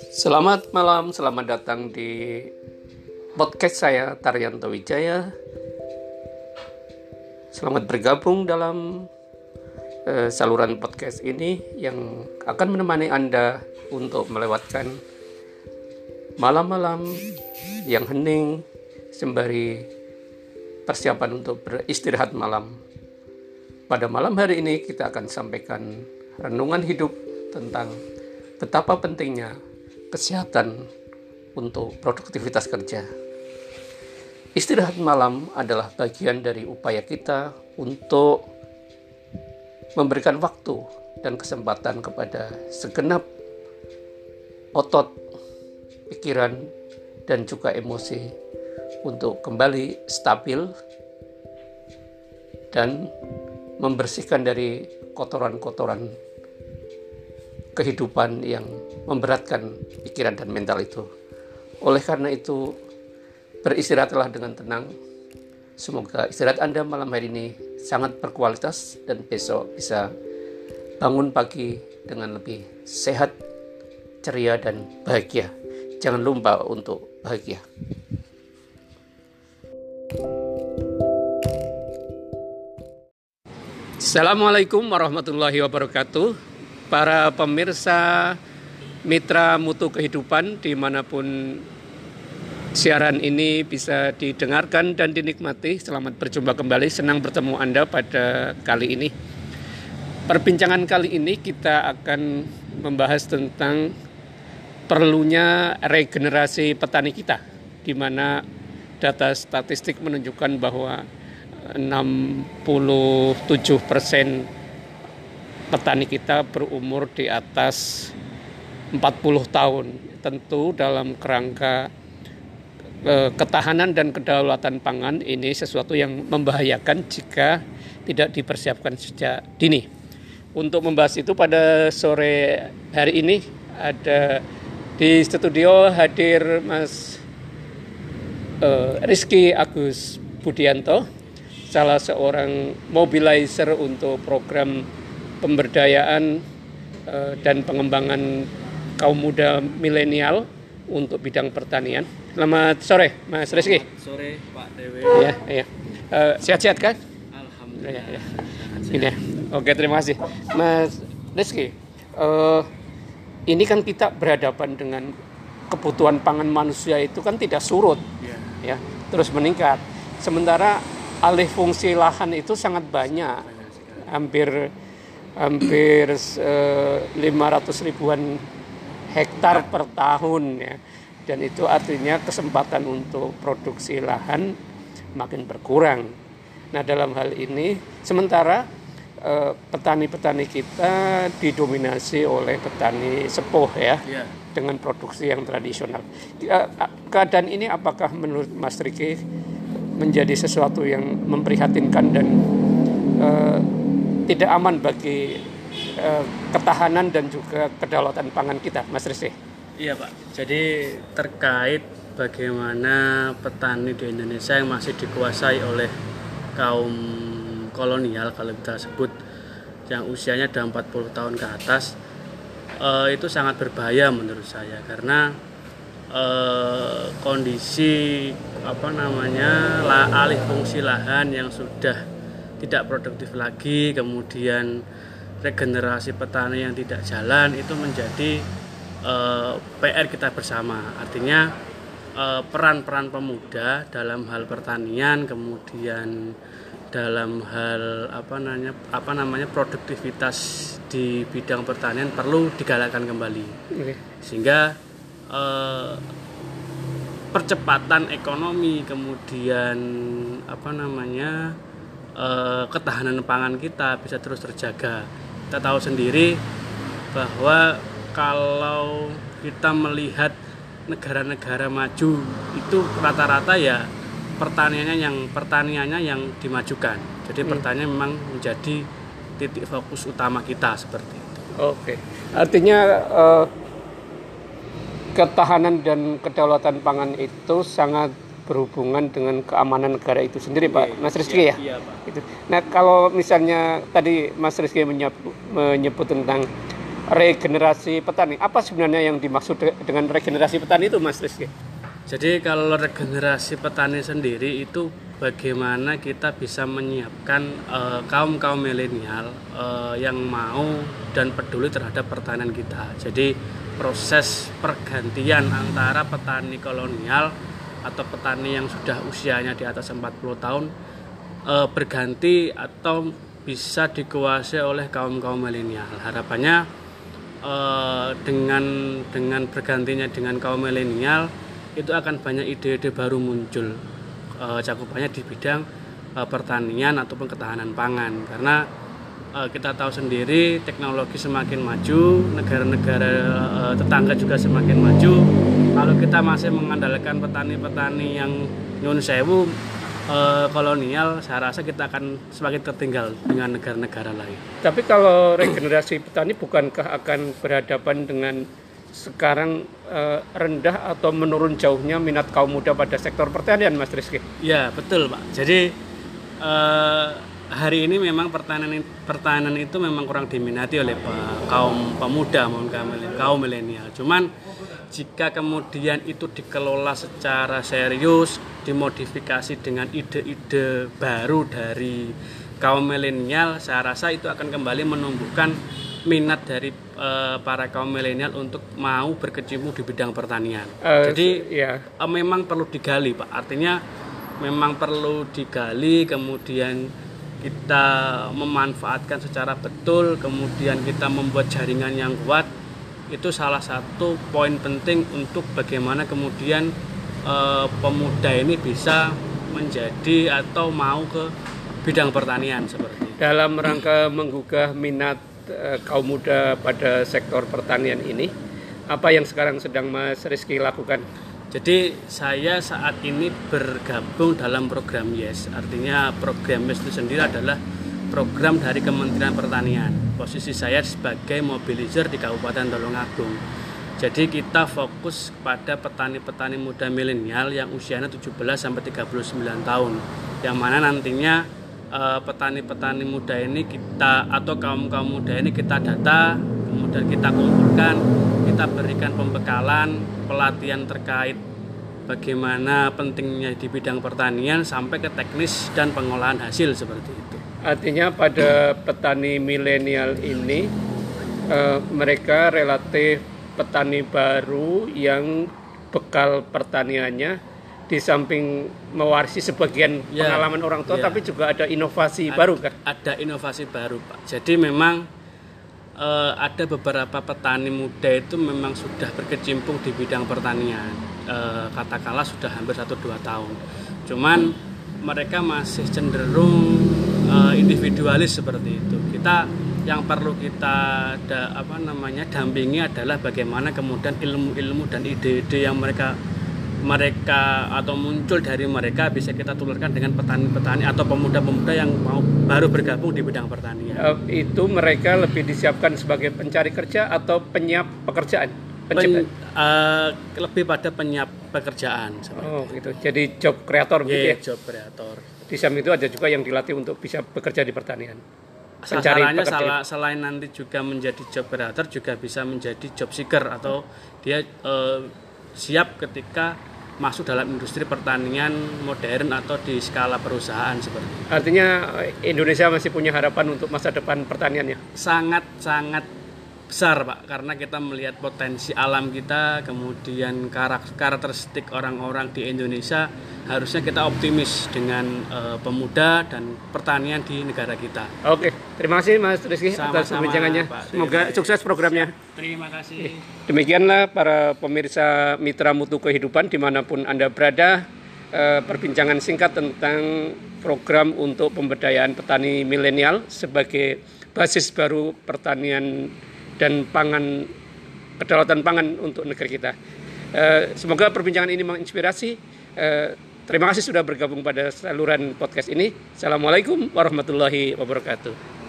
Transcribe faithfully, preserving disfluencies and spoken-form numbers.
Selamat malam, selamat datang di podcast saya Taryanto Wijaya. Selamat bergabung dalam uh, saluran podcast ini yang akan menemani Anda untuk melewatkan malam-malam yang hening sembari persiapan untuk beristirahat malam. Pada malam hari ini kita akan sampaikan renungan hidup tentang betapa pentingnya kesehatan untuk produktivitas kerja. Istirahat malam adalah bagian dari upaya kita untuk memberikan waktu dan kesempatan kepada segenap otot, pikiran, dan juga emosi untuk kembali stabil dan membersihkan dari kotoran-kotoran kehidupan yang memberatkan pikiran dan mental itu. Oleh karena itu, beristirahatlah dengan tenang. Semoga istirahat Anda malam hari ini sangat berkualitas dan besok bisa bangun pagi dengan lebih sehat, ceria, dan bahagia. Jangan lupa untuk bahagia. Assalamualaikum warahmatullahi wabarakatuh. Para pemirsa Mitra Mutu Kehidupan dimanapun siaran ini bisa didengarkan dan dinikmati, selamat berjumpa kembali. Senang bertemu Anda pada kali ini. Perbincangan kali ini kita akan membahas tentang perlunya regenerasi petani kita, di mana data statistik menunjukkan bahwa enam puluh tujuh persen petani kita berumur di atas empat puluh tahun. Tentu dalam kerangka eh, ketahanan dan kedaulatan pangan ini sesuatu yang membahayakan jika tidak dipersiapkan sejak dini. Untuk membahas itu pada sore hari ini ada di studio hadir Mas eh, Rizky Agus Budianto, salah seorang mobilizer untuk program pemberdayaan uh, dan pengembangan kaum muda milenial untuk bidang pertanian. Selamat sore, Mas Rizky. Selamat sore, Pak Dewi. Ya, ya. Uh, sehat-sehat kan? Alhamdulillah. Ya, ya. Ini ya. Oke, terima kasih, Mas Rizky. Uh, ini kan kita berhadapan dengan kebutuhan pangan manusia itu kan tidak surut, ya, ya terus meningkat. Sementara alih fungsi lahan itu sangat banyak, hampir hampir eh, lima ratus ribuan hektar per tahun, ya. Dan itu artinya kesempatan untuk produksi lahan makin berkurang. Nah, dalam hal ini sementara eh, petani-petani kita didominasi oleh petani sepuh, ya, ya, dengan produksi yang tradisional. Keadaan ini apakah menurut Mas Riki menjadi sesuatu yang memprihatinkan dan uh, tidak aman bagi uh, ketahanan dan juga kedaulatan pangan kita, Mas Rizky? Iya, Pak. Jadi terkait bagaimana petani di Indonesia yang masih dikuasai oleh kaum kolonial, kalau kita sebut, yang usianya ada empat puluh tahun ke atas, uh, itu sangat berbahaya menurut saya, karena uh, kondisi apa namanya la, alih fungsi lahan yang sudah tidak produktif lagi, kemudian regenerasi petani yang tidak jalan, itu menjadi uh, P R kita bersama. Artinya uh, peran-peran pemuda dalam hal pertanian, kemudian dalam hal apa namanya apa namanya produktivitas di bidang pertanian perlu digalakkan kembali, okay. Sehingga uh, percepatan ekonomi, kemudian apa namanya eh, ketahanan pangan kita bisa terus terjaga. Kita tahu sendiri bahwa kalau kita melihat negara-negara maju itu rata-rata ya pertaniannya yang pertaniannya yang dimajukan. Jadi hmm. pertanian memang menjadi titik fokus utama kita seperti itu. Oke, artinya uh... ketahanan dan kedaulatan pangan itu sangat berhubungan dengan keamanan negara itu sendiri, Pak. Mas Rizky, ya? Iya, Pak. Gitu. Nah, kalau misalnya tadi Mas Rizky menyebut, menyebut tentang regenerasi petani. Apa sebenarnya yang dimaksud dengan regenerasi petani itu, Mas Rizky? Jadi kalau regenerasi petani sendiri itu bagaimana kita bisa menyiapkan uh, kaum-kaum milenial uh, yang mau dan peduli terhadap pertanian kita. Jadi proses pergantian antara petani kolonial atau petani yang sudah usianya di atas empat puluh tahun uh, berganti atau bisa dikuasai oleh kaum-kaum milenial. Harapannya Uh, dengan dengan bergantinya dengan kaum milenial itu akan banyak ide-ide baru muncul uh, cakupannya di bidang uh, pertanian ataupun ketahanan pangan, karena uh, kita tahu sendiri teknologi semakin maju, negara-negara uh, tetangga juga semakin maju. Kalau kita masih mengandalkan petani-petani yang nyun sewu Uh, kolonial, saya rasa kita akan semakin tertinggal dengan negara-negara lain. Tapi kalau regenerasi petani bukankah akan berhadapan dengan sekarang uh, rendah atau menurun jauhnya minat kaum muda pada sektor pertanian, Mas Rizky? Ya, betul, Pak. Jadi uh, hari ini memang pertanian pertanian itu memang kurang diminati oleh kaum pemuda maupun kaum milenial. Cuman jika kemudian itu dikelola secara serius, dimodifikasi dengan ide-ide baru dari kaum milenial, saya rasa itu akan kembali menumbuhkan minat dari uh, para kaum milenial untuk mau berkecimpung di bidang pertanian. Uh, Jadi ya. uh, memang perlu digali, Pak. Artinya memang perlu digali, kemudian kita memanfaatkan secara betul, kemudian kita membuat jaringan yang kuat. Itu salah satu poin penting untuk bagaimana kemudian e, pemuda ini bisa menjadi atau mau ke bidang pertanian seperti itu. Dalam rangka menggugah minat e, kaum muda pada sektor pertanian ini, apa yang sekarang sedang Mas Rizky lakukan? Jadi saya saat ini bergabung dalam program YES. Artinya program YES itu sendiri adalah program dari Kementerian Pertanian. Posisi saya sebagai mobilizer di Kabupaten Tulungagung. Jadi kita fokus kepada petani-petani muda milenial yang usianya tujuh belas sampai tiga puluh sembilan tahun. Yang mana nantinya eh, petani-petani muda ini kita atau kaum-kaum muda ini kita data, kemudian kita kumpulkan, kita berikan pembekalan, pelatihan terkait bagaimana pentingnya di bidang pertanian sampai ke teknis dan pengolahan hasil seperti itu. Artinya pada petani milenial ini eh, mereka relatif petani baru yang bekal pertaniannya di samping mewarisi sebagian ya, pengalaman orang tua, ya. Tapi juga ada inovasi ada, baru kan? Ada inovasi baru, Pak. Jadi memang eh, ada beberapa petani muda itu memang sudah berkecimpung di bidang pertanian. Eh, katakanlah sudah hampir satu dua tahun. Cuman mereka masih cenderung uh, individualis seperti itu. Kita yang perlu kita da, apa namanya dampingi adalah bagaimana kemudian ilmu-ilmu dan ide-ide yang mereka mereka atau muncul dari mereka bisa kita tularkan dengan petani-petani atau pemuda-pemuda yang mau baru bergabung di bidang pertanian. Uh, itu mereka lebih disiapkan sebagai pencari kerja atau penyiap pekerjaan? Pen, uh, lebih pada penyiap pekerjaan. Oh gitu. Jadi job kreator begitu yeah, ya? Job kreator. Di samping itu ada juga yang dilatih untuk bisa bekerja di pertanian. Sasarannya salah, selain nanti juga menjadi job kreator juga bisa menjadi job seeker atau dia uh, siap ketika masuk dalam industri pertanian modern atau di skala perusahaan seperti itu. Artinya Indonesia masih punya harapan untuk masa depan pertaniannya? Sangat-sangat besar, Pak, karena kita melihat potensi alam kita, kemudian karakteristik orang-orang di Indonesia, harusnya kita optimis dengan uh, pemuda dan pertanian di negara kita. Oke, terima kasih Mas Rizky atas perbincangannya. Semoga sukses programnya. Terima kasih. Demikianlah para pemirsa Mitra Mutu Kehidupan dimanapun Anda berada, uh, perbincangan singkat tentang program untuk pemberdayaan petani milenial sebagai basis baru pertanian dan pangan, kedaulatan pangan untuk negeri kita. Eh, semoga perbincangan ini menginspirasi. Eh, terima kasih sudah bergabung pada saluran podcast ini. Assalamualaikum warahmatullahi wabarakatuh.